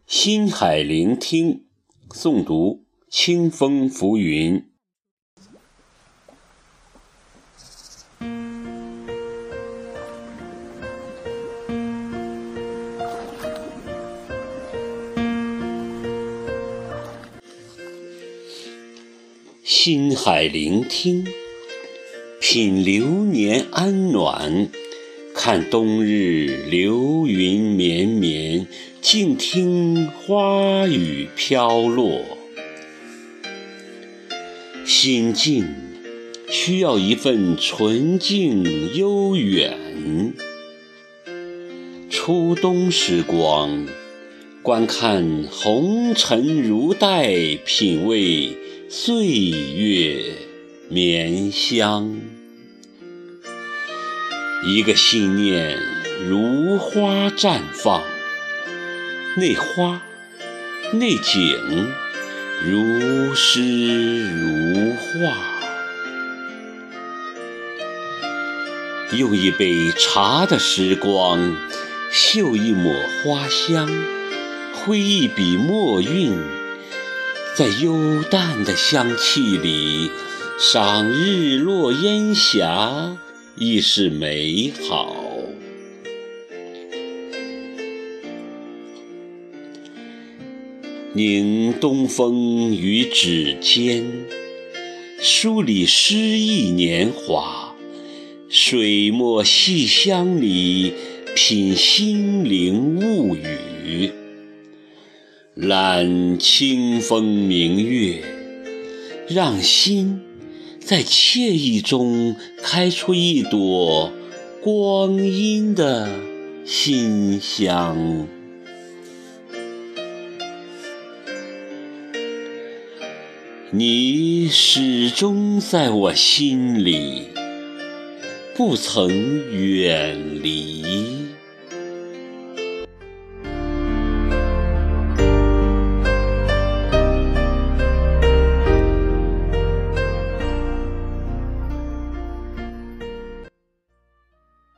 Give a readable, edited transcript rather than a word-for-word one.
心海聆听，诵读清风浮云。心海聆听，品流年安暖，看冬日流云绵绵，静听花雨飘落。心境需要一份纯净悠远。初冬时光，观看红尘如黛，品味岁月绵香。一个信念如花绽放，那花那景如诗如画。用一杯茶的时光，嗅一抹花香，挥一笔墨韵，在幽淡的香气里赏日落烟霞，亦是美好。凝东风于指尖，梳理诗意年华，水墨细香里品心灵物语。揽清风明月，让心在惬意中开出一朵光阴的馨香。你始终在我心里，不曾远离。